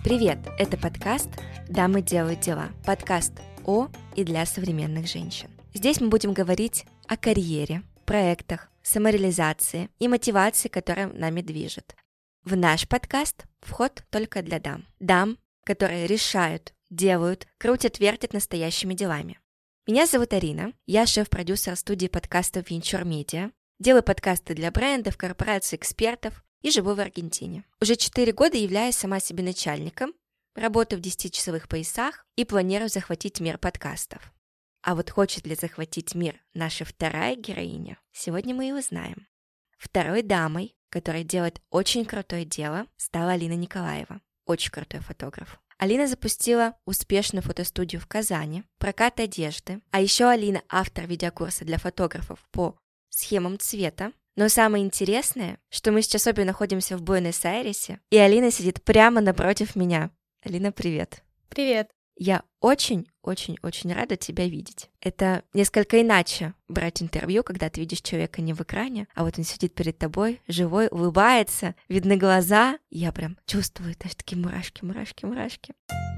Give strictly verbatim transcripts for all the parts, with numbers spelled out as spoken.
Привет! Это подкаст «Дамы делают дела». Подкаст о и для современных женщин. Здесь мы будем говорить о карьере, проектах, самореализации и мотивации, которая нами движет. В наш подкаст вход только для дам. Дам, которые решают, делают, крутят, вертят настоящими делами. Меня зовут Арина, я шеф-продюсер студии подкастов Venture Media, делаю подкасты для брендов, корпораций, экспертов и живу в Аргентине. Уже четыре года являюсь сама себе начальником, работаю в десятичасовых поясах и планирую захватить мир подкастов. А вот хочет ли захватить мир наша вторая героиня, сегодня мы и узнаем. Второй дамой, которая делает очень крутое дело, стала Алина Николаева, очень крутой фотограф. Алина запустила успешную фотостудию в Казани, прокат одежды, а еще Алина автор видеокурса для фотографов по схемам цвета. Но самое интересное, что мы сейчас обе находимся в Буэнос-Айресе, и Алина сидит прямо напротив меня. Алина, привет. Привет. Я очень-очень-очень рада тебя видеть. Это несколько иначе брать интервью, когда ты видишь человека не в экране, а вот он сидит перед тобой, живой, улыбается, видны глаза. Я прям чувствую даже такие мурашки, мурашки, мурашки.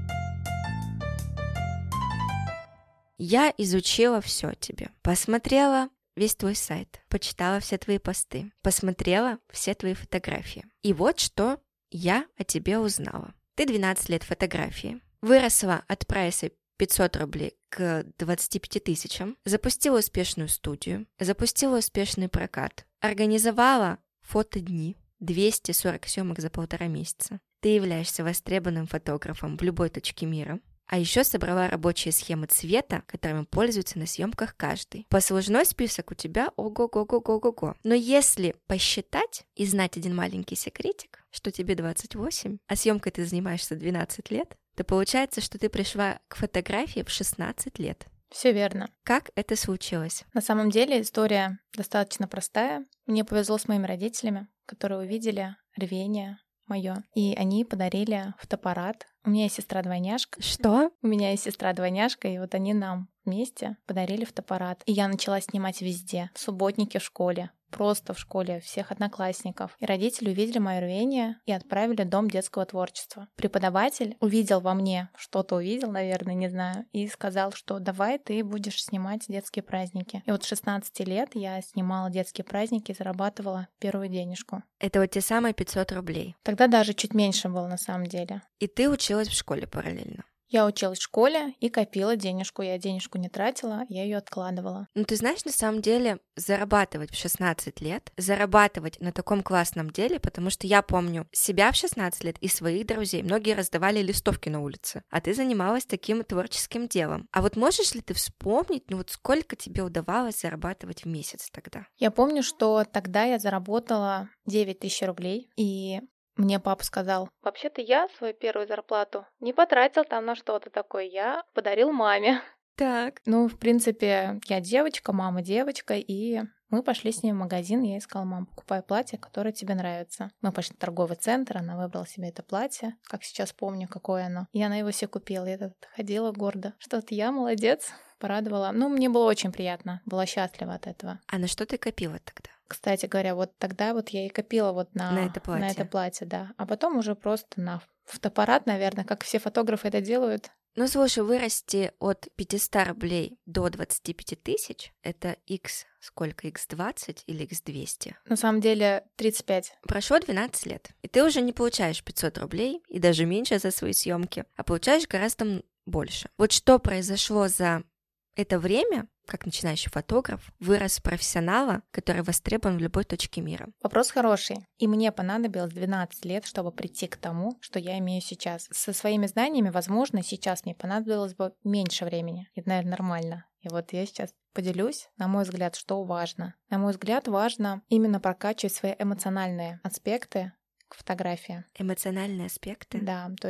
Я изучила все тебе, посмотрела весь твой сайт, почитала все твои посты, посмотрела все твои фотографии. И вот что я о тебе узнала. Ты двенадцать лет фотографии, выросла от прайса пятьсот рублей к двадцати пяти тысячам, запустила успешную студию, запустила успешный прокат, организовала фотодни, двести сорок съемок за полтора месяца. Ты являешься востребованным фотографом в любой точке мира. А еще собрала рабочие схемы цвета, которыми пользуется на съемках каждый. Послужной список у тебя ого-го-го-го-го-го. Но если посчитать и знать один маленький секретик, что тебе двадцать восемь, а съемкой ты занимаешься двенадцать лет, то получается, что ты пришла к фотографии в шестнадцать лет. Все верно. Как это случилось? На самом деле история достаточно простая. Мне повезло с моими родителями, которые увидели рвение мое, и они подарили фотоаппарат. У меня есть сестра-двойняшка. Что? У меня есть сестра-двойняшка, и вот они нам вместе подарили фотоаппарат. И я начала снимать везде. В субботнике в школе. Просто в школе всех одноклассников. И родители увидели мое рвение и отправили в Дом детского творчества. Преподаватель увидел во мне, что-то увидел, наверное, не знаю, и сказал, что давай ты будешь снимать детские праздники. И вот с шестнадцати лет я снимала детские праздники и зарабатывала первую денежку. Это вот те самые пятьсот рублей. Тогда даже чуть меньше было на самом деле. И ты училась в школе параллельно. Я училась в школе и копила денежку. Я денежку не тратила, я ее откладывала. Ну, ты знаешь, на самом деле, зарабатывать в шестнадцать лет, зарабатывать на таком классном деле, потому что я помню себя в шестнадцать лет и своих друзей. Многие раздавали листовки на улице, а ты занималась таким творческим делом. А вот можешь ли ты вспомнить, ну вот сколько тебе удавалось зарабатывать в месяц тогда? Я помню, что тогда я заработала девять тысяч рублей, и мне папа сказал: вообще-то я свою первую зарплату не потратил там на что-то такое, я подарил маме. Так. Ну, в принципе, я девочка, мама девочка, и мы пошли с ней в магазин, я сказала: мам, покупай платье, которое тебе нравится. Мы пошли в торговый центр, она выбрала себе это платье, как сейчас помню, какое оно. И она его себе купила, я тут ходила гордо. Что-то я молодец, порадовала. Ну, мне было очень приятно, была счастлива от этого. А на что ты копила тогда? Кстати говоря, вот тогда вот я и копила вот на, на это платье. На это платье, да. А потом уже просто на фотоаппарат, наверное, как все фотографы это делают. Ну, слушай, вырасти от пятисот рублей до двадцати пяти тысяч, это x сколько, икс двадцать или икс двести? На самом деле тридцать пять. Прошло двенадцать лет, и ты уже не получаешь пятьсот рублей, и даже меньше за свои съемки, а получаешь гораздо больше. Вот что произошло за это время, как начинающий фотограф, вырос в профессионала, который востребован в любой точке мира? Вопрос хороший. И мне понадобилось двенадцать лет, чтобы прийти к тому, что я имею сейчас. Со своими знаниями, возможно, сейчас мне понадобилось бы меньше времени. Это, наверное, нормально. И вот я сейчас поделюсь, на мой взгляд, что важно. На мой взгляд, важно именно прокачивать свои эмоциональные аспекты к фотографии. Эмоциональные аспекты? Да, то есть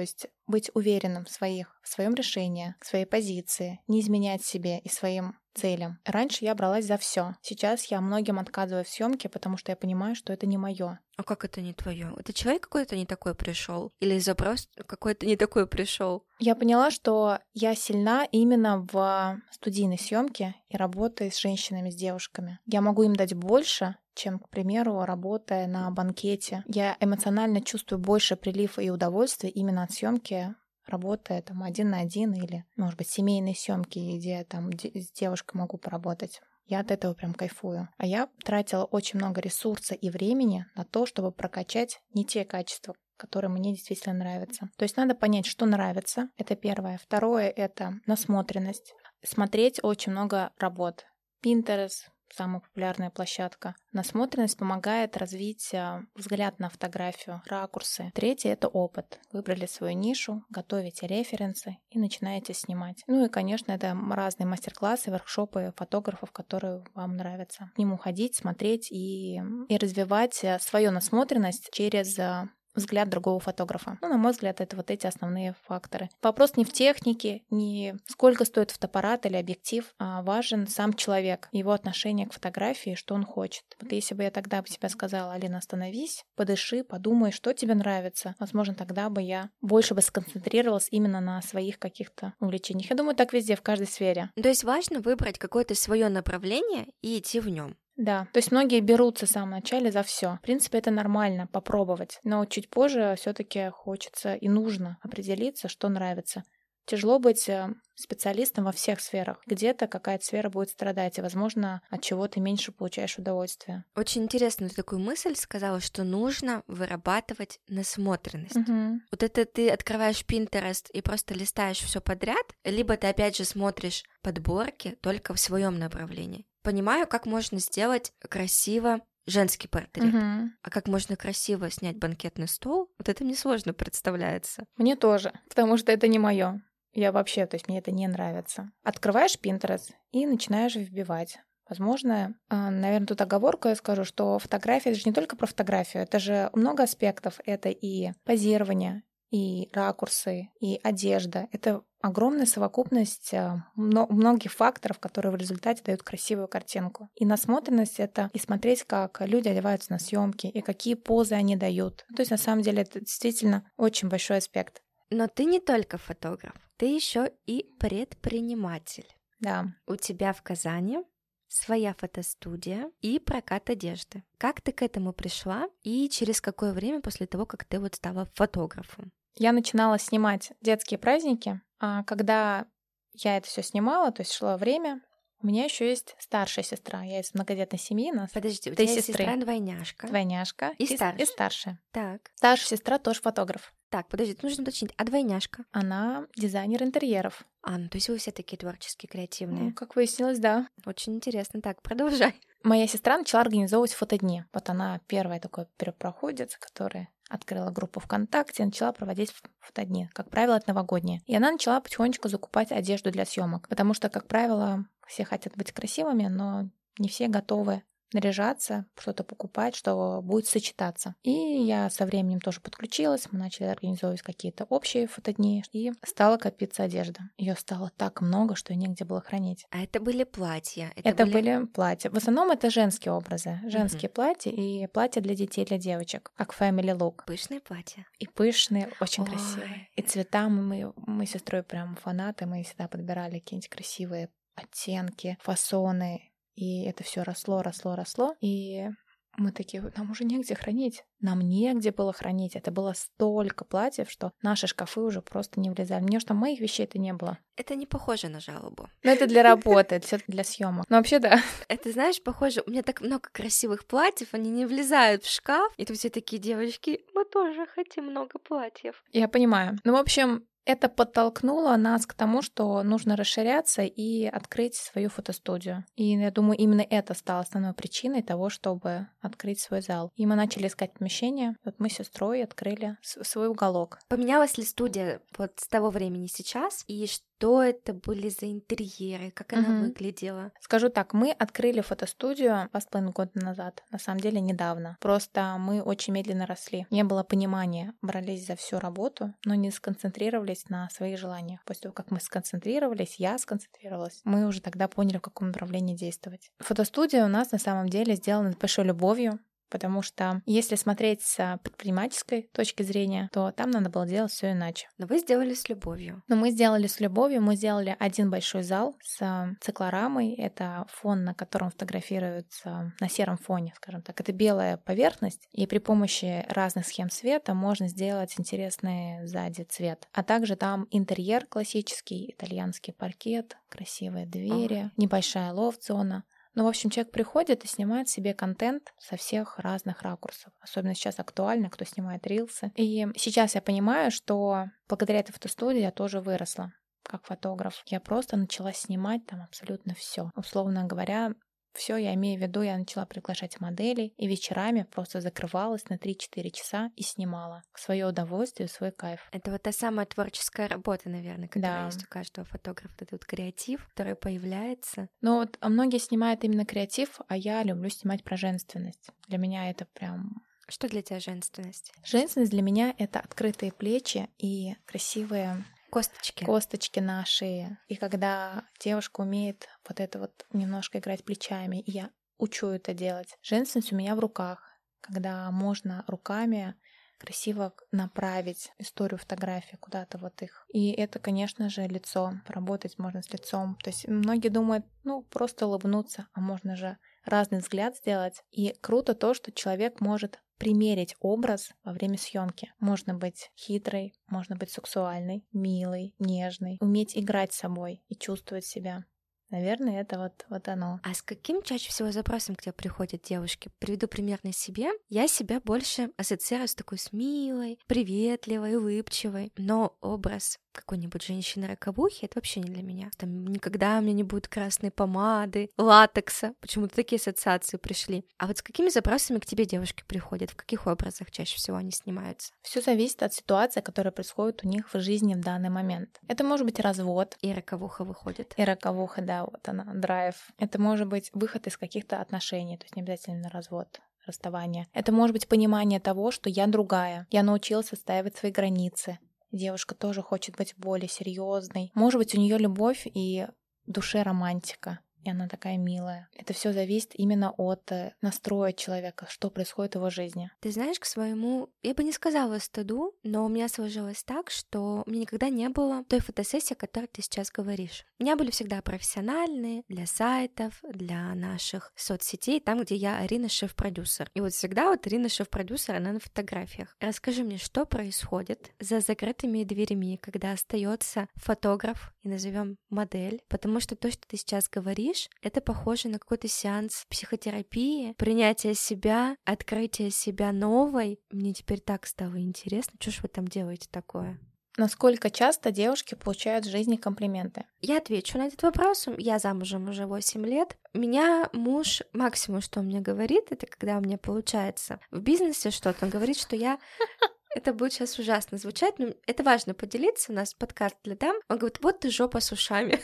быть уверенным в своих, в своем решении, в своей позиции, не изменять себе и своим целям. Раньше я бралась за все. Сейчас я многим отказываю в съемке, потому что я понимаю, что это не мое. А как это не твое? Это человек какой-то не такой пришел? Или запрос какой-то не такой пришел? Я поняла, что я сильна именно в студийной съемке и работе с женщинами, с девушками. Я могу им дать больше, чем, к примеру, работая на банкете. Я эмоционально чувствую больше прилив и удовольствия именно от съемки, работая там один на один или, может быть, семейные съемки, где я там с девушкой могу поработать. Я от этого прям кайфую. А я тратила очень много ресурса и времени на то, чтобы прокачать не те качества, которые мне действительно нравятся. То есть надо понять, что нравится. Это первое. Второе — это насмотренность. Смотреть очень много работ. Pinterest — самая популярная площадка. Насмотренность помогает развить взгляд на фотографию, ракурсы. Третье — это опыт. Выбрали свою нишу, готовите референсы и начинаете снимать. Ну и, конечно, это разные мастер-классы, воркшопы фотографов, которые вам нравятся. К ним уходить, смотреть и, и развивать свою насмотренность через взгляд другого фотографа. Ну, на мой взгляд, это вот эти основные факторы. Вопрос не в технике, не сколько стоит фотоаппарат или объектив, а важен сам человек, его отношение к фотографии, что он хочет. Вот если бы я тогда бы себе сказала: Алина, остановись, подыши, подумай, что тебе нравится, возможно, тогда бы я больше бы сконцентрировалась именно на своих каких-то увлечениях. Я думаю, так везде, в каждой сфере. То есть важно выбрать какое-то свое направление и идти в нем. Да, то есть многие берутся в самом начале за все. В принципе, это нормально, попробовать. Но чуть позже все-таки хочется и нужно определиться, что нравится. Тяжело быть специалистом во всех сферах. Где-то какая-то сфера будет страдать, и, возможно, от чего ты меньше получаешь удовольствия. Очень интересно, ты такую мысль сказала, что нужно вырабатывать насмотренность. Угу. Вот это ты открываешь Pinterest и просто листаешь все подряд, либо ты опять же смотришь подборки только в своем направлении. Понимаю, как можно сделать красиво женский портрет. Угу. А как можно красиво снять банкетный стол, вот это мне сложно представляется. Мне тоже, потому что это не мое. Я вообще, то есть мне это не нравится. Открываешь Pinterest и начинаешь вбивать. Возможно, наверное, тут оговорку я скажу, что фотография — это же не только про фотографию, это же много аспектов. Это и позирование, и ракурсы, и одежда. Это огромная совокупность многих факторов, которые в результате дают красивую картинку. И насмотренность — это и смотреть, как люди одеваются на съемки, и какие позы они дают. То есть, на самом деле, это действительно очень большой аспект. Но ты не только фотограф, ты еще и предприниматель. Да. У тебя в Казани своя фотостудия и прокат одежды. Как ты к этому пришла и через какое время после того, как ты вот стала фотографом? Я начинала снимать детские праздники, а когда я это все снимала, то есть шло время, у меня еще есть старшая сестра. Я из многодетной семьи. Нас Подожди, у три тебя есть сестры. сестра-двойняшка. Двойняшка И, и старшая. И старшая. Так. Старшая сестра тоже фотограф. Так, подожди, нужно уточнить. А двойняшка? Она дизайнер интерьеров. А, ну то есть вы все такие творческие, креативные. Ну, как выяснилось, да. Очень интересно. Так, продолжай. Моя сестра начала организовывать фотодни. Вот она первая такой первопроходец, которая открыла группу ВКонтакте и начала проводить фотодни. Как правило, это новогодние. И она начала потихонечку закупать одежду для съемок, потому что, как правило, все хотят быть красивыми, но не все готовы наряжаться, что-то покупать, что будет сочетаться. И я со временем тоже подключилась, мы начали организовывать какие-то общие фотодни, и стала копиться одежда. Ее стало так много, что ее негде было хранить. А это были платья? Это, это были... были платья. В основном это женские образы. Женские uh-huh. платья и платья для детей, для девочек, как family look. Пышные платья. И пышные, очень Ой. красивые. И цвета мы, мы с сестрой прям фанаты, мы всегда подбирали какие-нибудь красивые оттенки, фасоны. И это все росло, росло, росло. И мы такие: нам уже негде хранить. Нам негде было хранить. Это было столько платьев, что наши шкафы уже просто не влезали. Мне что, моих вещей-то не было. Это не похоже на жалобу. Но это для работы, это все для съемок. Но вообще да. Это, знаешь, похоже, у меня так много красивых платьев, они не влезают в шкаф. И тут все такие девочки: мы тоже хотим много платьев. Я понимаю. Ну, в общем, это подтолкнуло нас к тому, что нужно расширяться и открыть свою фотостудию. И я думаю, именно это стало основной причиной того, чтобы открыть свой зал. И мы начали искать помещение. Вот мы с сестрой открыли свой уголок. Поменялась ли студия вот с того времени сейчас? И Что это были за интерьеры? Как она Мгм. выглядела? Скажу так, мы открыли фотостудию два с половиной года назад, на самом деле недавно. Просто мы очень медленно росли. Не было понимания, брались за всю работу, но не сконцентрировались на своих желаниях. После того, как мы сконцентрировались, я сконцентрировалась, мы уже тогда поняли, в каком направлении действовать. Фотостудия у нас на самом деле сделана с большой любовью, потому что если смотреть с предпринимательской точки зрения, то там надо было делать все иначе. Но вы сделали с любовью. Но мы сделали с любовью, мы сделали один большой зал с циклорамой. Это фон, на котором фотографируется на сером фоне, скажем так. Это белая поверхность, и при помощи разных схем света можно сделать интересный сзади цвет. А также там интерьер классический, итальянский паркет, красивые двери, небольшая лофт-зона. Ну, в общем, человек приходит и снимает себе контент со всех разных ракурсов. Особенно сейчас актуально, кто снимает рилсы. И сейчас я понимаю, что благодаря этой фотостудии я тоже выросла как фотограф. Я просто начала снимать там абсолютно все. Условно говоря, все я имею в виду, я начала приглашать моделей и вечерами просто закрывалась на три-четыре часа и снимала в свое удовольствие, в свой кайф. Это вот та самая творческая работа, наверное, которая Да. есть у каждого фотографа. Этот вот креатив, который появляется. Но вот а многие снимают именно креатив, а я люблю снимать про женственность. Для меня это прям... Что для тебя женственность? Женственность для меня — это открытые плечи и красивые Косточки. косточки на шее. И когда девушка умеет вот это вот немножко играть плечами, и я учу это делать. Женственность у меня в руках, когда можно руками красиво направить историю фотографии куда-то вот их. И это, конечно же, лицо. Поработать можно с лицом. То есть многие думают, ну, просто улыбнуться, а можно же разный взгляд сделать. И круто то, что человек может примерить образ во время съемки. Можно быть хитрой, можно быть сексуальной, милой, нежной, уметь играть с собой и чувствовать себя. Наверное, это вот, вот оно. А с каким чаще всего запросом к тебе приходят девушки? Приведу пример на себе. Я себя больше ассоциирую с такой с милой, приветливой, улыбчивой. Но образ какой-нибудь женщины-роковухи — это вообще не для меня. Там никогда у меня не будет красной помады, латекса. Почему-то такие ассоциации пришли. А вот с какими запросами к тебе девушки приходят? В каких образах чаще всего они снимаются? Все зависит от ситуации, которая происходит у них в жизни в данный момент. Это может быть развод. И роковуха выходит. И роковуха, да, вот она, драйв. Это может быть выход из каких-то отношений, то есть не обязательно развод, расставание. Это может быть понимание того, что я другая. Я научилась отстаивать свои границы. Девушка тоже хочет быть более серьезной. Может быть, у нее любовь и в душе романтика. И она такая милая. Это все зависит именно от настроя человека, что происходит в его жизни. Ты знаешь, к своему, я бы не сказала стыду, но у меня сложилось так, что у меня никогда не было той фотосессии, о которой ты сейчас говоришь. У меня были всегда профессиональные, для сайтов, для наших соцсетей, там, где я Арина шеф-продюсер. И вот всегда вот Арина шеф-продюсер, она на фотографиях. Расскажи мне, что происходит за закрытыми дверями, когда остается фотограф, и назовем модель, потому что то, что ты сейчас говоришь, это похоже на какой-то сеанс психотерапии, принятие себя, открытие себя новой. Мне теперь так стало интересно, что ж вы там делаете такое? Насколько часто девушки получают в жизни комплименты? Я отвечу на этот вопрос. Я замужем уже восемь лет. Меня муж максимум, что он мне говорит, это когда у меня получается в бизнесе что-то, он говорит, что я... Это будет сейчас ужасно звучать, но это важно поделиться, у нас подкаст для дам. Он говорит, вот ты жопа с ушами.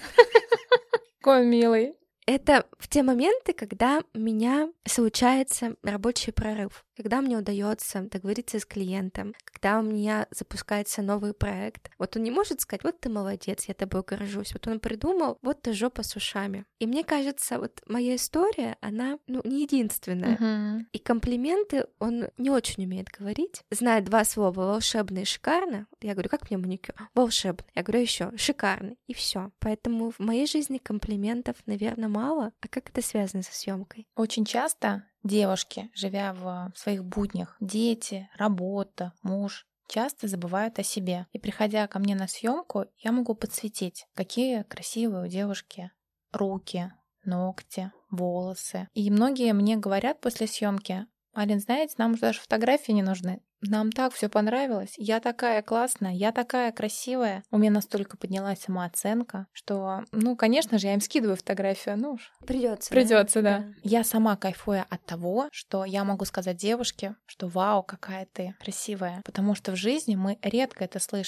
Какой милый. Это в те моменты, когда у меня случается рабочий прорыв, когда мне удается договориться с клиентом, когда у меня запускается новый проект. Вот он не может сказать, вот ты молодец, я тобой горжусь. Вот он придумал, вот ты жопа с ушами. И мне кажется, вот моя история, она ну, не единственная. Угу. И комплименты он не очень умеет говорить. Знает два слова: волшебно и шикарно. Я говорю, как мне маникюр? Волшебно. Я говорю, еще шикарно. И все. Поэтому в моей жизни комплиментов, наверное, мало. А как это связано со съемкой? Очень часто девушки, живя в своих буднях, дети, работа, муж, часто забывают о себе. И приходя ко мне на съемку, я могу подсветить, какие красивые у девушки руки, ногти, волосы. И многие мне говорят после съемки: Алин, знаете, нам уже даже фотографии не нужны. Нам так все понравилось. Я такая классная, я такая красивая. У меня настолько поднялась самооценка, что, ну, конечно же, я им скидываю фотографию. Ну уж. Придется. Придется, да? да. Я сама кайфую от того, что я могу сказать девушке, что вау, какая ты красивая. Потому что в жизни мы редко это слышим.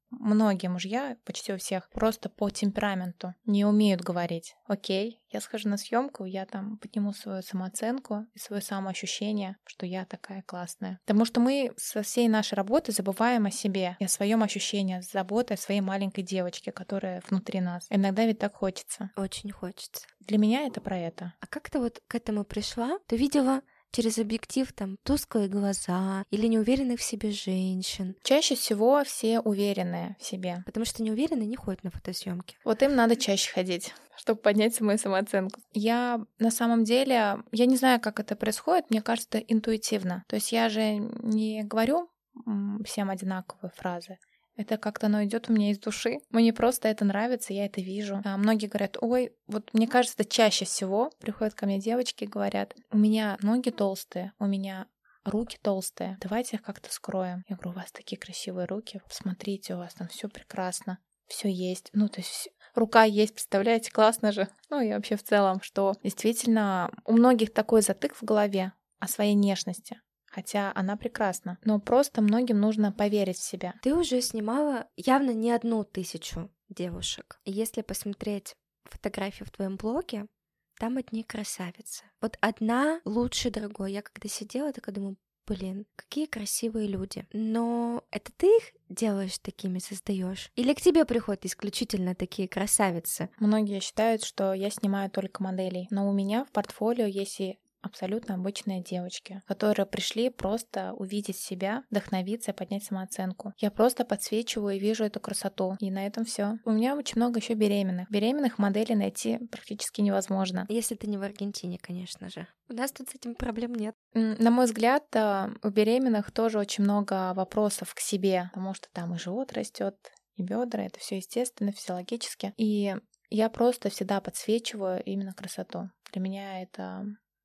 многие мужья, почти у всех, просто по темпераменту не умеют говорить: окей, я схожу на съемку, я там подниму свою самооценку и свое самоощущение, что я такая классная. Потому что мы со всей нашей работы забываем о себе и о своем ощущении, заботой о своей маленькой девочке, которая внутри нас. Иногда ведь так хочется. Очень хочется. Для меня это про это. А как ты вот к этому пришла? Ты видела через объектив там тусклые глаза или неуверенных в себе женщин? Чаще всего все уверенные в себе. Потому что неуверенные не ходят на фотосъемки. Вот им надо чаще ходить, чтобы поднять мою самооценку. Я на самом деле, я не знаю, как это происходит, мне кажется, интуитивно. То есть я же не говорю всем одинаковые фразы. Это как-то оно идет у меня из души. Мне просто это нравится, я это вижу. А многие говорят: ой, вот мне кажется, это чаще всего приходят ко мне девочки и говорят: у меня ноги толстые, у меня руки толстые, давайте их как-то скроем. Я говорю: у вас такие красивые руки, посмотрите, у вас там все прекрасно, все есть. Ну, то есть рука есть, представляете, классно же. Ну и вообще в целом, что действительно у многих такой затык в голове о своей внешности. Хотя она прекрасна. Но просто многим нужно поверить в себя. Ты уже снимала явно не одну тысячу девушек. И если посмотреть фотографии в твоем блоге, там одни красавицы. Вот одна лучше другой. Я когда сидела, такая думаю: блин, какие красивые люди. Но это ты их делаешь такими, создаешь? Или к тебе приходят исключительно такие красавицы? Многие считают, что я снимаю только моделей. Но у меня в портфолио есть и абсолютно обычные девочки, которые пришли просто увидеть себя, вдохновиться, поднять самооценку. Я просто подсвечиваю и вижу эту красоту. И на этом все. У меня очень много еще беременных. Беременных моделей найти практически невозможно. Если ты не в Аргентине, конечно же. У нас тут с этим проблем нет. На мой взгляд, у беременных тоже очень много вопросов к себе, потому что там и живот растет, и бедра. Это все естественно, физиологически. И я просто всегда подсвечиваю именно красоту. Для меня это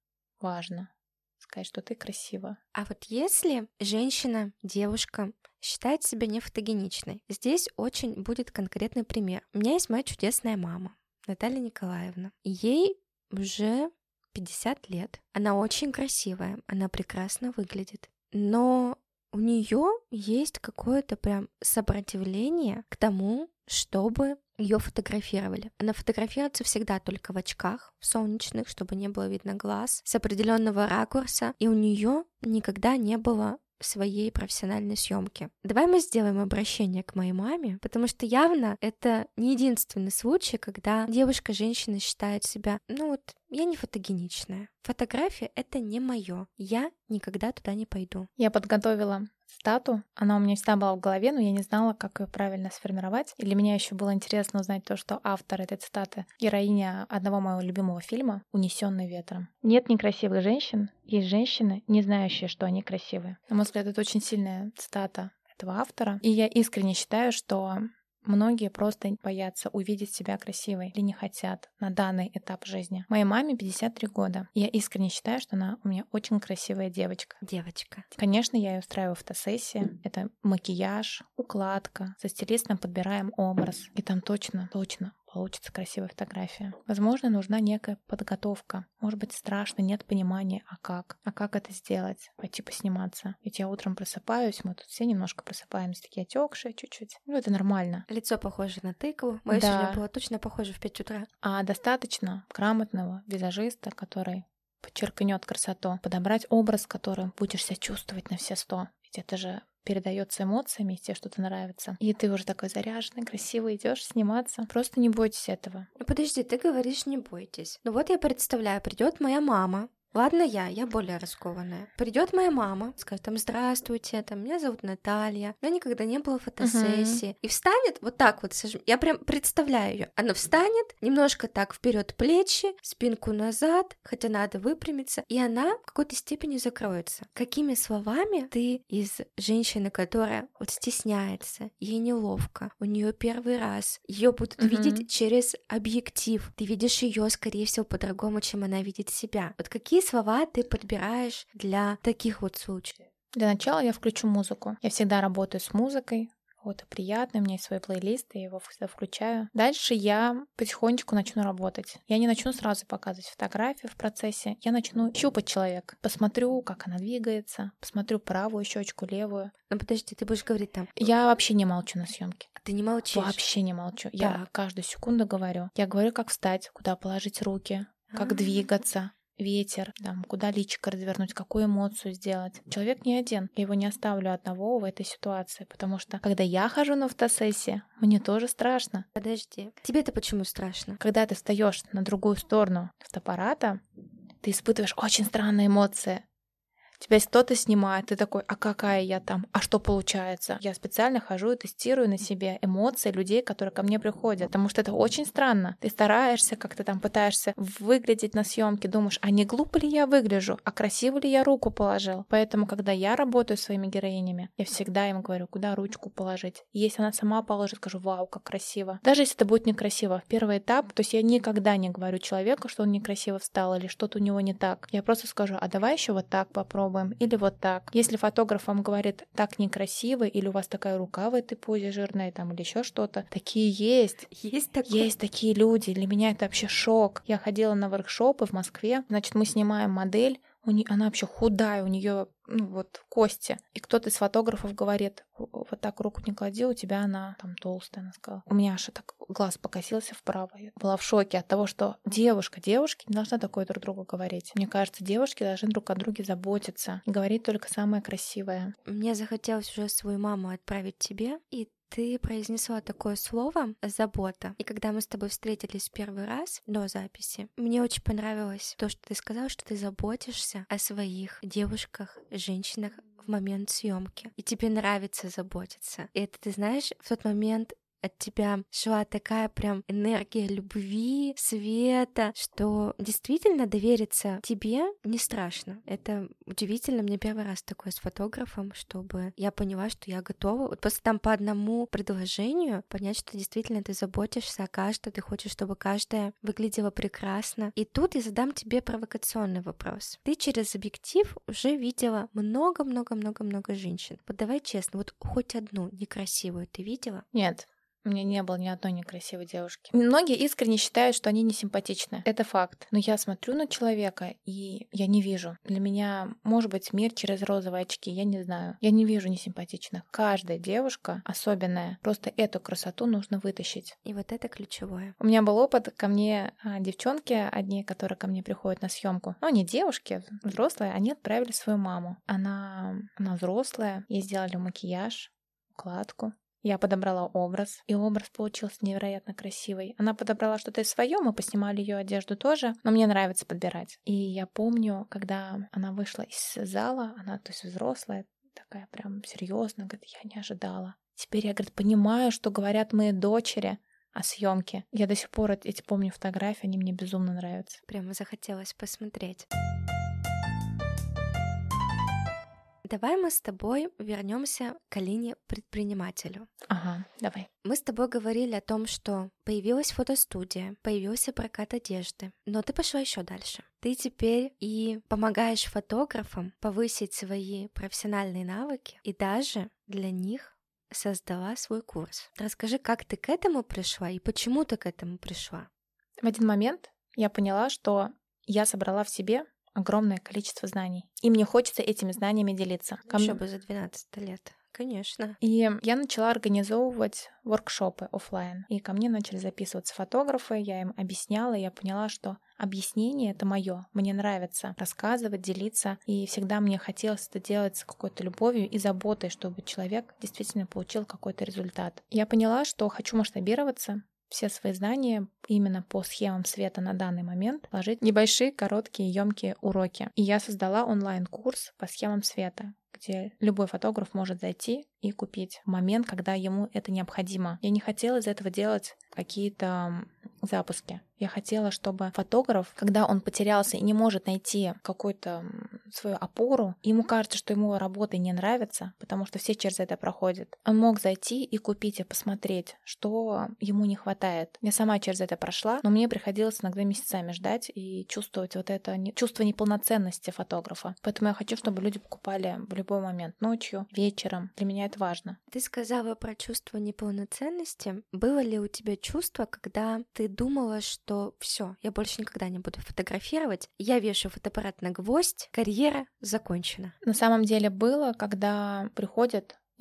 важно сказать, что ты красива. А вот если женщина, девушка считает себя не фотогеничной, здесь очень будет конкретный пример. У меня есть моя чудесная мама, Наталья Николаевна. Ей уже пятьдесят лет. Она очень красивая, она прекрасно выглядит. Но у нее есть какое-то прям сопротивление к тому, чтобы ее фотографировали. Она фотографируется всегда только в очках, в солнечных, чтобы не было видно глаз, с определенного ракурса, и у нее никогда не было своей профессиональной съемки. Давай мы сделаем обращение к моей маме, потому что явно это не единственный случай, когда девушка, женщина считает себя: ну вот, я не фотогеничная. Фотография — это не мое. Я никогда туда не пойду. Я подготовила цитату. Она у меня всегда была в голове, но я не знала, как ее правильно сформировать. И для меня еще было интересно узнать то, что автор этой цитаты — героиня одного моего любимого фильма «Унесенный ветром». Нет некрасивых женщин, есть женщины, не знающие, что они красивые. На мой взгляд, это очень сильная цитата этого автора. И я искренне считаю, что многие просто боятся увидеть себя красивой или не хотят на данный этап жизни. Моей маме пятьдесят три года. И я искренне считаю, что она у меня очень красивая девочка. Девочка. Конечно, я ее устраиваю фотосессии. Это макияж, укладка. Со стилистом подбираем образ. И там точно, точно получится красивая фотография. Возможно, нужна некая подготовка. Может быть, страшно, нет понимания, а как? А как это сделать? Пойти посниматься. Ведь я утром просыпаюсь, мы тут все немножко просыпаемся, такие отекшие чуть-чуть. Ну, это нормально. Лицо похоже на тыкву. Моё Да. сегодня было точно похоже в пять утра. А достаточно грамотного визажиста, который подчеркнет красоту, подобрать образ, которым будешь себя чувствовать на все сто. Ведь это же передается эмоциями, если тебе что-то нравится. И ты уже такой заряженный, красиво идешь сниматься. Просто не бойтесь этого. Ну подожди, ты говоришь, не бойтесь. Ну вот я представляю, придет моя мама. Ладно, я, я более раскованная. Придет моя мама, скажет там: здравствуйте, там, меня зовут Наталья, у меня никогда не было фотосессии. Uh-huh. И встанет вот так вот, я прям представляю ее. Она встанет, немножко так вперед плечи, спинку назад, хотя надо выпрямиться, и она в какой-то степени закроется. Какими словами ты из женщины, которая вот стесняется, ей неловко, у нее первый раз, ее будут uh-huh. видеть через объектив, ты видишь ее, скорее всего, по-другому, чем она видит себя. Вот какие слова ты подбираешь для таких вот случаев? Для начала я включу музыку. Я всегда работаю с музыкой. Вот, приятно, у меня есть свой плейлист, я его всегда включаю. Дальше я потихонечку начну работать. Я не начну сразу показывать фотографию в процессе, я начну щупать человека. Посмотрю, как она двигается, посмотрю правую щечку, левую. Ну подожди, ты будешь говорить там. Я вообще не молчу на съемке. ты не молчишь? Вообще не молчу. Я Так. каждую секунду говорю. Я говорю, как встать, куда положить руки, как А. двигаться, ветер, там, куда личико развернуть, какую эмоцию сделать. Человек не один. Я его не оставлю одного в этой ситуации, потому что когда я хожу на фотосессии, мне тоже страшно. Подожди. Тебе-то почему страшно? Когда ты встаешь на другую сторону фотоаппарата, ты испытываешь очень странные эмоции. Тебя кто-то снимает, ты такой, а какая я там? А что получается? Я специально хожу и тестирую на себе эмоции людей, которые ко мне приходят, потому что это очень странно. Ты стараешься, как-то там пытаешься выглядеть на съемке, думаешь, а не глупо ли я выгляжу? А красиво ли я руку положил? Поэтому, когда я работаю с своими героинями, я всегда им говорю, куда ручку положить. И если она сама положит, скажу, вау, как красиво. Даже если это будет некрасиво, в первый этап, то есть я никогда не говорю человеку, что он некрасиво встал или что-то у него не так. Я просто скажу, а давай еще вот так попробуем. Или вот так. Если фотограф вам говорит, так некрасиво, или у вас такая рука в этой позе жирная, там, или еще что-то, такие есть. Есть такое? Есть такие люди. Для меня это вообще шок. Я ходила на воркшопы в Москве. Значит, мы снимаем модель. У нее, она вообще худая, у нее ну, вот кости. И кто-то из фотографов говорит, вот так руку не клади, у тебя она там толстая, она сказала. У меня аж так глаз покосился вправо. Я была в шоке от того, что девушка, девушки не должна такое друг другу говорить. Мне кажется, девушки должны друг о друге заботиться и говорить только самое красивое. Мне захотелось уже свою маму отправить тебе, и ты произнесла такое слово «забота». И когда мы с тобой встретились в первый раз до записи, мне очень понравилось то, что ты сказала, что ты заботишься о своих девушках, женщинах в момент съемки. И тебе нравится заботиться. И это, ты знаешь, в тот момент от тебя шла такая прям энергия любви, света, что действительно довериться тебе не страшно. Это удивительно. Мне первый раз такое с фотографом, чтобы я поняла, что я готова. Вот просто там по одному предложению понять, что действительно ты заботишься о каждой, ты хочешь, чтобы каждая выглядела прекрасно. И тут я задам тебе провокационный вопрос. Ты через объектив уже видела много-много-много-много женщин. Вот давай честно, вот хоть одну некрасивую ты видела? Нет. У меня не было ни одной некрасивой девушки. Многие искренне считают, что они не симпатичны. Это факт. Но я смотрю на человека, и я не вижу. Для меня, может быть, мир через розовые очки, я не знаю. Я не вижу несимпатичных. Каждая девушка особенная. Просто эту красоту нужно вытащить. И вот это ключевое. У меня был опыт, ко мне а, девчонки одни, которые ко мне приходят на съемку. Ну, не девушки, взрослые, они отправили свою маму. Она, она взрослая, ей сделали макияж, укладку. Я подобрала образ, и образ получился невероятно красивый. Она подобрала что-то из своего, мы поснимали ее одежду тоже, но мне нравится подбирать. И я помню, когда она вышла из зала, она, то есть взрослая, такая прям серьезная, говорит, я не ожидала. Теперь я, говорит, понимаю, что говорят мои дочери о съемке. Я до сих пор эти помню фотографии, они мне безумно нравятся. Прямо захотелось посмотреть. Давай мы с тобой вернемся к Алине предпринимателю. Ага, давай. Мы с тобой говорили о том, что появилась фотостудия, появился прокат одежды, но ты пошла еще дальше. Ты теперь и помогаешь фотографам повысить свои профессиональные навыки, и даже для них создала свой курс. Расскажи, как ты к этому пришла и почему ты к этому пришла? В один момент я поняла, что я собрала в себе огромное количество знаний. И мне хочется этими знаниями делиться. Ко Еще мне... бы за двенадцать лет. Конечно. И я начала организовывать воркшопы офлайн. И ко мне начали записываться фотографы, я им объясняла, и я поняла, что объяснение — это мое. Мне нравится рассказывать, делиться. И всегда мне хотелось это делать с какой-то любовью и заботой, чтобы человек действительно получил какой-то результат. Я поняла, что хочу масштабироваться, все свои знания именно по схемам света на данный момент вложить в небольшие, короткие, емкие уроки. И я создала онлайн-курс по схемам света, где любой фотограф может зайти и купить в момент, когда ему это необходимо. Я не хотела из этого делать какие-то запуски. Я хотела, чтобы фотограф, когда он потерялся и не может найти какую-то свою опору, ему кажется, что ему работа не нравится, потому что все через это проходят, он мог зайти и купить и посмотреть, что ему не хватает. Я сама через это прошла, но мне приходилось иногда месяцами ждать и чувствовать вот это чувство неполноценности фотографа. Поэтому я хочу, чтобы люди покупали в любой момент, ночью, вечером. Для меня это важно. Ты сказала про чувство неполноценности. Было ли у тебя чувство, когда ты думала, что все, я больше никогда не буду фотографировать, я вешаю фотоаппарат на гвоздь, карьера закончена? На самом деле было, когда приходят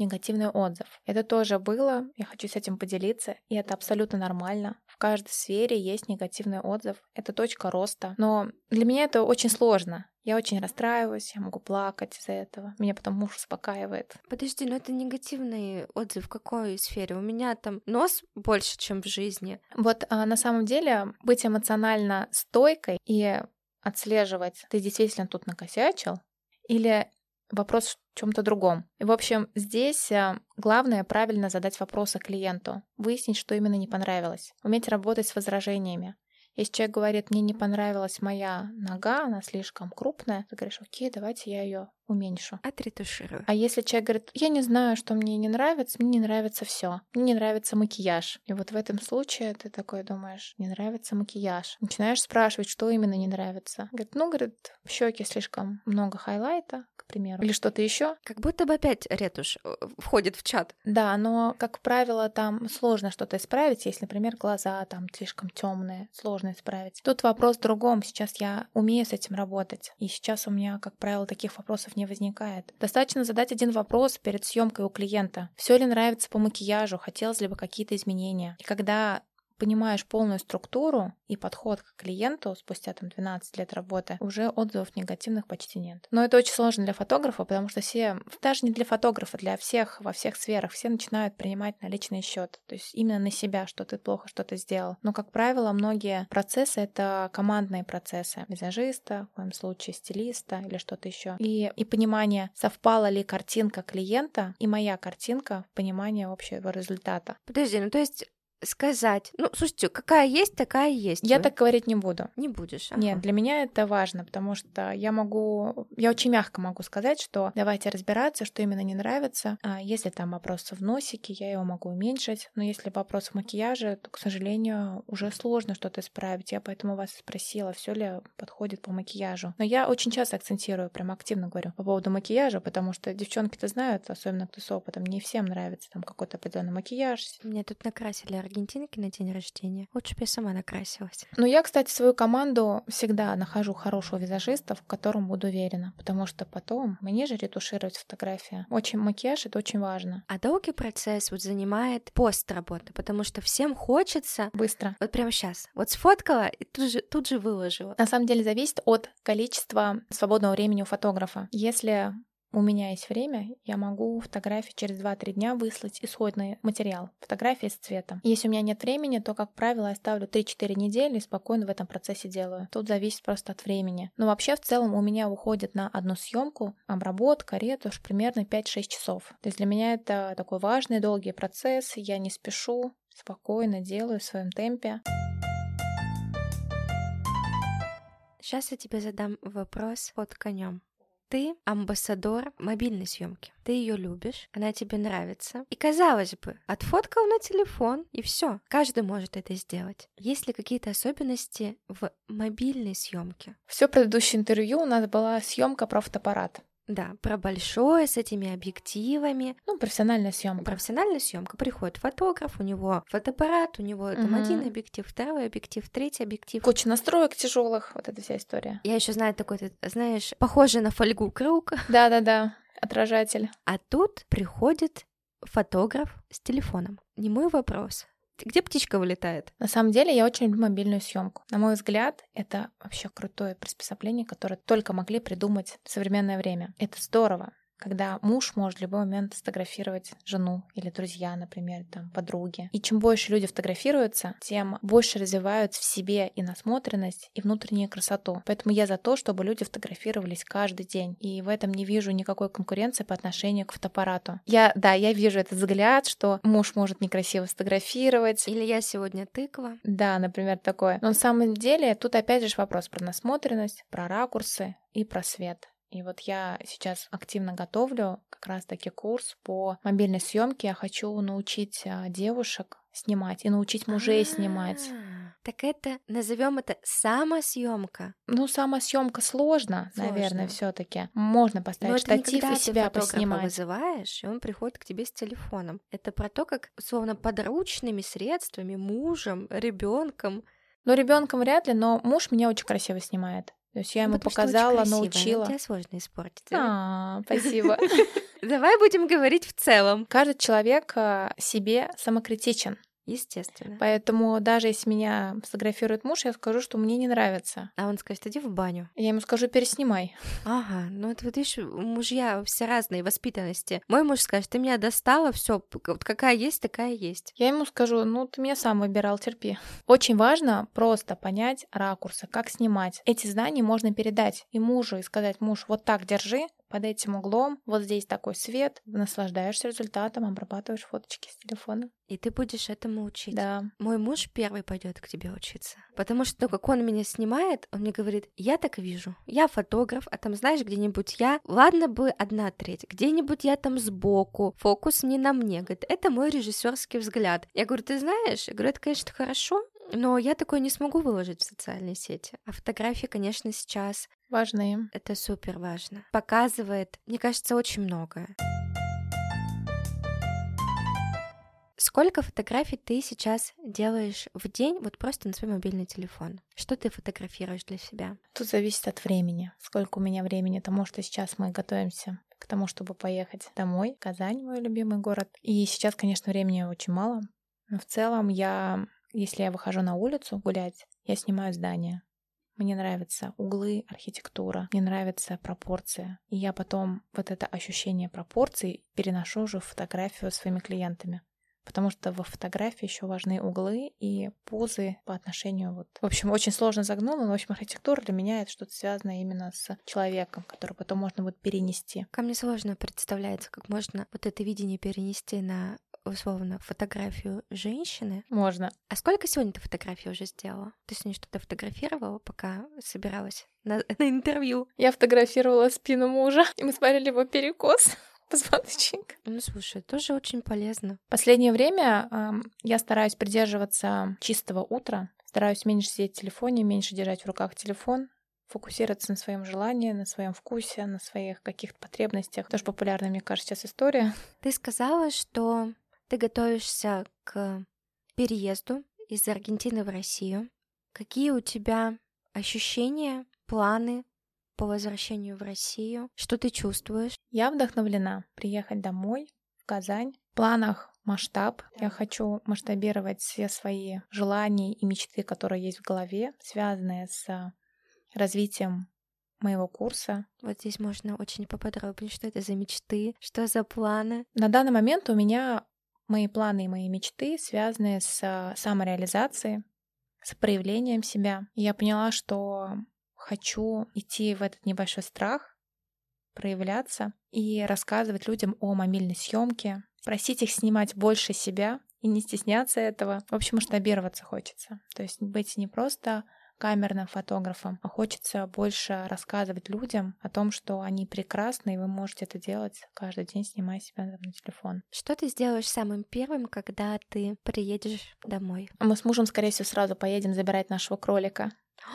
негативный отзыв. Это тоже было, я хочу с этим поделиться, и это абсолютно нормально. В каждой сфере есть негативный отзыв, это точка роста. Но для меня это очень сложно. Я очень расстраиваюсь, я могу плакать из-за этого. Меня потом муж успокаивает. Подожди, но это негативный отзыв в какой сфере? У меня там нос больше, чем в жизни. Вот а, на самом деле быть эмоционально стойкой и отслеживать, ты действительно тут накосячил, или вопрос в чем-то другом. И, в общем, здесь главное правильно задать вопросы клиенту, выяснить, что именно не понравилось, уметь работать с возражениями. Если человек говорит, мне не понравилась моя нога, она слишком крупная, ты говоришь, окей, давайте я ее уменьшу. Отретуширую. А если человек говорит, я не знаю, что мне не нравится, мне не нравится все, мне не нравится макияж. И вот в этом случае ты такой думаешь, не нравится макияж. Начинаешь спрашивать, что именно не нравится. Говорит, ну, говорит, в щеке слишком много хайлайта, к примеру, или что-то еще. Как будто бы опять ретушь входит в чат. Да, но, как правило, там сложно что-то исправить, если, например, глаза там слишком темные, сложно исправить. Тут вопрос в другом. Сейчас я умею с этим работать, и сейчас у меня, как правило, таких вопросов не возникает. Достаточно задать один вопрос перед съемкой у клиента. Все ли нравится по макияжу? Хотелось ли бы какие-то изменения? И когда понимаешь полную структуру и подход к клиенту спустя там двенадцать лет работы, уже отзывов негативных почти нет. Но это очень сложно для фотографа, потому что все, даже не для фотографа, для всех, во всех сферах, все начинают принимать на личный счет, то есть именно на себя, что ты плохо что-то сделал. Но, как правило, многие процессы — это командные процессы визажиста, в моем случае стилиста или что-то еще. И, и понимание, совпала ли картинка клиента и моя картинка в понимании общего результата. Подожди, ну то есть сказать, ну, слушайте, какая есть, такая есть. Я Вы так говорить не буду. не будешь. Ага. Нет, для меня это важно, потому что я могу, я очень мягко могу сказать, что давайте разбираться, что именно не нравится. А если там вопрос в носике, я его могу уменьшить, но если вопрос в макияже, то, к сожалению, уже сложно что-то исправить. Я поэтому вас спросила, все ли подходит по макияжу. Но я очень часто акцентирую, прям активно говорю по поводу макияжа, потому что девчонки-то знают, особенно кто с опытом, не всем нравится там какой-то определенный макияж. Мне тут накрасили аргентинки на день рождения. Лучше бы я сама накрасилась. Ну, я, кстати, свою команду всегда нахожу хорошего визажиста, в котором буду уверена, потому что потом мне же ретушировать фотографии. Очень макияж — это очень важно. А долгий процесс вот занимает пост работы, потому что всем хочется Быстро. вот прямо сейчас. Вот сфоткала и тут же, тут же выложила. На самом деле зависит от количества свободного времени у фотографа. Если у меня есть время, я могу фотографии через два-три дня выслать исходный материал, фотографии с цветом. Если у меня нет времени, то, как правило, я ставлю три-четыре недели и спокойно в этом процессе делаю. Тут зависит просто от времени. Но вообще, в целом, у меня уходит на одну съемку обработка, ретушь примерно пять-шесть часов. То есть для меня это такой важный, долгий процесс. Я не спешу, спокойно делаю в своем темпе. Сейчас я тебе задам вопрос под конем. Ты амбассадор мобильной съемки. Ты ее любишь, она тебе нравится. И, казалось бы, отфоткал на телефон, и все. Каждый может это сделать. Есть ли какие-то особенности в мобильной съемке? Все предыдущее интервью у нас была съемка про фотоаппарат. Да, про большое, с этими объективами. Ну, профессиональная съемка. Профессиональная съемка. Приходит фотограф, у него фотоаппарат, у него там Мгм. один объектив, второй объектив, третий объектив. Куча настроек тяжелых, вот эта вся история. Я еще знаю такой, ты знаешь, похожий на фольгу круг. Да-да-да, отражатель. А тут приходит фотограф с телефоном. Не мой вопрос. Где птичка вылетает? На самом деле я очень люблю мобильную съемку. На мой взгляд, это вообще крутое приспособление, которое только могли придумать в современное время. Это здорово, когда муж может в любой момент сфотографировать жену или друзья, например, там, подруги. И чем больше люди фотографируются, тем больше развивают в себе и насмотренность, и внутреннюю красоту. Поэтому я за то, чтобы люди фотографировались каждый день. И в этом не вижу никакой конкуренции по отношению к фотоаппарату. Я, да, я вижу этот взгляд, что муж может некрасиво сфотографировать. Или я сегодня тыква? Да, например, такое. Но на самом деле тут опять же вопрос про насмотренность, про ракурсы и про свет. И вот я сейчас активно готовлю как раз-таки курс по мобильной съемке. Я хочу научить а, девушек снимать и научить мужей снимать. Так это, назовем это самосъемка. Ну, самосъемка сложно, Сложно. наверное, все-таки. Можно поставить штатив и себя ты поснимать. вызываешь, и он приходит к тебе с телефоном. Это про то, как, условно, подручными средствами, мужем, ребенком. Ну, ребенком вряд ли, но муж меня очень красиво снимает. То есть я ему Ну, потому что очень показала, красивая, но научила. тебя сложно испортить. А, спасибо. Давай будем говорить в целом. Каждый человек а, себе самокритичен. Естественно. Поэтому даже если меня сфотографирует муж, я скажу, что мне не нравится. А он скажет, иди в баню. Я ему скажу, переснимай. Ага, ну это вот видишь, мужья все разные воспитанности. Мой муж скажет, ты меня достала, все, вот какая есть, такая есть. Я ему скажу, ну ты меня сам выбирал, терпи. Очень важно просто понять ракурсы, как снимать. Эти знания можно передать и мужу, и сказать, муж, вот так держи, под этим углом, вот здесь такой свет, наслаждаешься результатом, обрабатываешь фоточки с телефона. И ты будешь этому учить. Да. Мой муж первый пойдет к тебе учиться. Потому что, ну, как он меня снимает, он мне говорит, я так вижу. Я фотограф, а там, знаешь, где-нибудь я, ладно бы одна треть, где-нибудь я там сбоку, фокус не на мне. Говорит, это мой режиссерский взгляд. Я говорю, ты знаешь? Я говорю, это, конечно, хорошо, но я такое не смогу выложить в социальные сети. А фотографии, конечно, сейчас... Важные. Это супер важно. Показывает, мне кажется, очень многое. Сколько фотографий ты сейчас делаешь в день вот просто на свой мобильный телефон? Что ты фотографируешь для себя? Тут зависит от времени. Сколько у меня времени, потому что сейчас мы готовимся к тому, чтобы поехать домой. Казань, мой любимый город. И сейчас, конечно, времени очень мало. Но в целом я, если я выхожу на улицу гулять, я снимаю здания. Мне нравятся углы, архитектура, мне нравится пропорция. И я потом вот это ощущение пропорций переношу уже в фотографию своими клиентами. Потому что во фотографии еще важны углы и позы по отношению вот... В общем, очень сложно загнула, но, в общем, архитектура для меня это что-то связанное именно с человеком, который потом можно будет перенести. Ко мне сложно представляется, как можно вот это видение перенести на, условно, фотографию женщины. Можно. А сколько сегодня ты фотографий уже сделала? Ты сегодня что-то фотографировала, пока собиралась на, на интервью? Я фотографировала спину мужа, и мы смотрели его перекос. Позвоночник. Ну, слушай, тоже очень полезно. Последнее время э, я стараюсь придерживаться чистого утра, стараюсь меньше сидеть в телефоне, меньше держать в руках телефон, фокусироваться на своем желании, на своем вкусе, на своих каких-то потребностях. Тоже популярная, мне кажется, сейчас история. Ты сказала, что ты готовишься к переезду из Аргентины в Россию. Какие у тебя ощущения, планы по возвращению в Россию? Что ты чувствуешь? Я вдохновлена приехать домой, в Казань. В планах масштаб. Я хочу масштабировать все свои желания и мечты, которые есть в голове, связанные с развитием моего курса. Вот здесь можно очень поподробнее, что это за мечты, что за планы. На данный момент у меня мои планы и мои мечты связаны с самореализацией, с проявлением себя. И я поняла, что хочу идти в этот небольшой страх, проявляться и рассказывать людям о мобильной съемке, просить их снимать больше себя и не стесняться этого. В общем, масштабироваться хочется. То есть быть не просто камерным фотографом, а хочется больше рассказывать людям о том, что они прекрасны, и вы можете это делать каждый день, снимая себя на телефон. Что ты сделаешь самым первым, когда ты приедешь домой? Мы с мужем, скорее всего, сразу поедем забирать нашего кролика.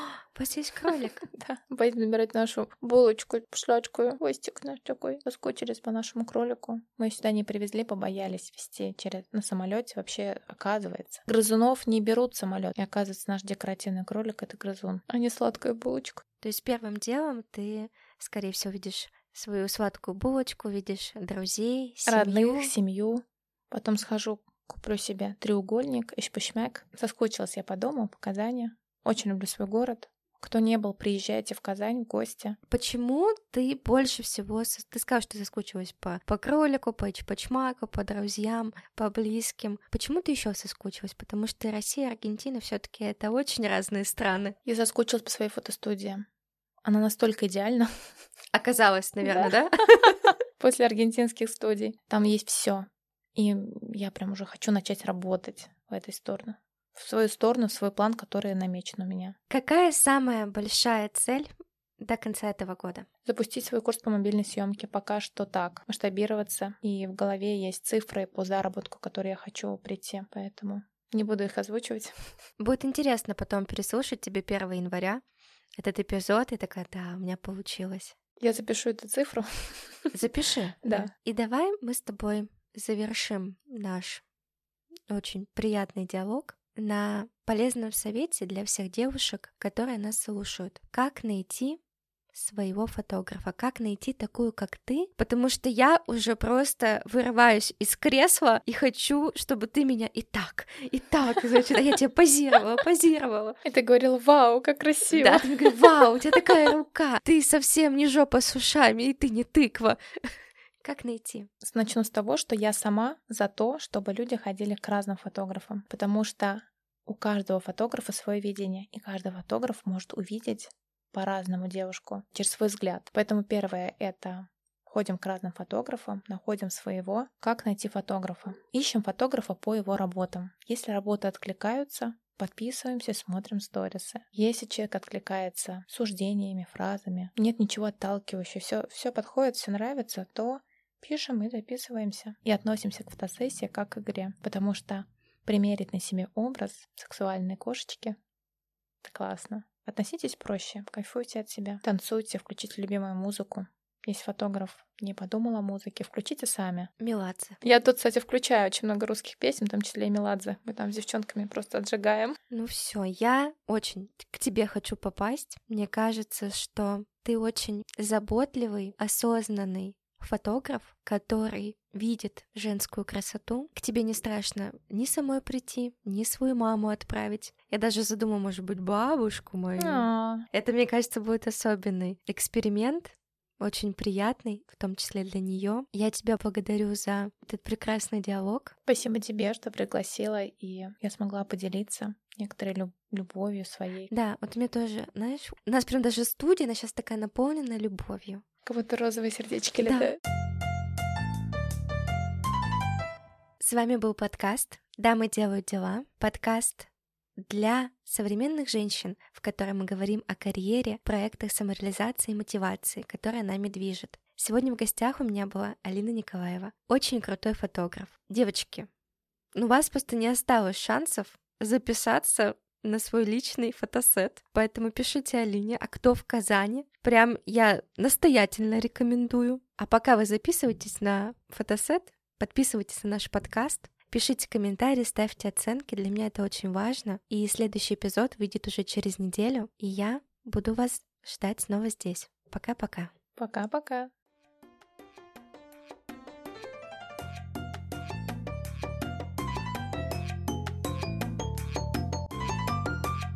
У вас есть кролик? Да, поедем забирать нашу булочку, пушлячку, хвостик наш такой. Соскучились по нашему кролику. Мы сюда не привезли, побоялись везти через на самолете. Вообще, оказывается, грызунов не берут в самолет. И оказывается, наш декоративный кролик — это грызун, а не сладкая булочка. То есть первым делом ты, скорее всего, видишь свою сладкую булочку, видишь друзей, семью. Родных, семью. Потом схожу, куплю себе треугольник, ишпышмяк. Соскучилась я по дому, по Казани. Очень люблю свой город. Кто не был, приезжайте в Казань в гости. Почему ты больше всего... Ты сказала, что ты соскучилась по, по кролику, по чпачмаку, по друзьям, по близким. Почему ты еще соскучилась? Потому что Россия и Аргентина все-таки это очень разные страны. Я соскучилась по своей фотостудии. Она настолько идеальна. Оказалось, наверное, да? После аргентинских студий. Там есть все. И я прям уже хочу начать работать в этой сторону. В свою сторону, в свой план, который намечен у меня. Какая самая большая цель до конца этого года? Запустить свой курс по мобильной съемке. Пока что так. Масштабироваться. И в голове есть цифры по заработку, которые я хочу прийти. Поэтому не буду их озвучивать. Будет интересно потом переслушать тебе первого января этот эпизод. И такая, да, у меня получилось. Я запишу эту цифру. Запиши. Да. И давай мы с тобой завершим наш очень приятный диалог на полезном совете для всех девушек, которые нас слушают. Как найти своего фотографа, как найти такую, как ты, потому что я уже просто вырываюсь из кресла и хочу, чтобы ты меня и так, и так, значит, а я тебе позировала, позировала. И ты говорила: вау, как красиво. Да, ты мне говоришь: вау, у тебя такая рука, ты совсем не жопа с ушами, и ты не тыква. Как найти? Начну с того, что я сама за то, чтобы люди ходили к разным фотографам, потому что у каждого фотографа свое видение, и каждый фотограф может увидеть по-разному девушку через свой взгляд. Поэтому первое — это ходим к разным фотографам, находим своего. Как найти фотографа? Ищем фотографа по его работам. Если работы откликаются, подписываемся, смотрим сторисы. Если человек откликается суждениями, фразами, нет ничего отталкивающего, все, все подходит, все нравится, то пишем и записываемся. И относимся к фотосессии как к игре, потому что примерить на себе образ сексуальной кошечки — это классно. Относитесь проще, кайфуйте от себя, танцуйте, включите любимую музыку. Если фотограф не подумал о музыке, включите сами. Меладзе. Я тут, кстати, включаю очень много русских песен, в том числе и Меладзе. Мы там с девчонками просто отжигаем. Ну все, я очень к тебе хочу попасть. Мне кажется, что ты очень заботливый, осознанный фотограф, который видит женскую красоту. К тебе не страшно ни самой прийти, ни свою маму отправить. Я даже задумала, может быть, бабушку мою. А-а-а. Это, мне кажется, будет особенный эксперимент, очень приятный, в том числе для нее. Я тебя благодарю за этот прекрасный диалог. Спасибо тебе, что пригласила, и я смогла поделиться некоторой люб- любовью своей. Да, вот мне тоже, знаешь, у нас прям даже студия, она сейчас такая наполнена любовью. Как будто розовые сердечки Да. летают. С вами был подкаст «Дамы делают дела», подкаст для современных женщин, в котором мы говорим о карьере, проектах самореализации и мотивации, которая нами движет. Сегодня в гостях у меня была Алина Николаева, очень крутой фотограф. Девочки, ну у вас просто не осталось шансов записаться на свой личный фотосет, поэтому пишите Алине, а кто в Казани, прям я настоятельно рекомендую. А пока вы записываетесь на фотосет, подписывайтесь на наш подкаст, пишите комментарии, ставьте оценки, для меня это очень важно. И следующий эпизод выйдет уже через неделю, и я буду вас ждать снова здесь. Пока-пока. Пока-пока.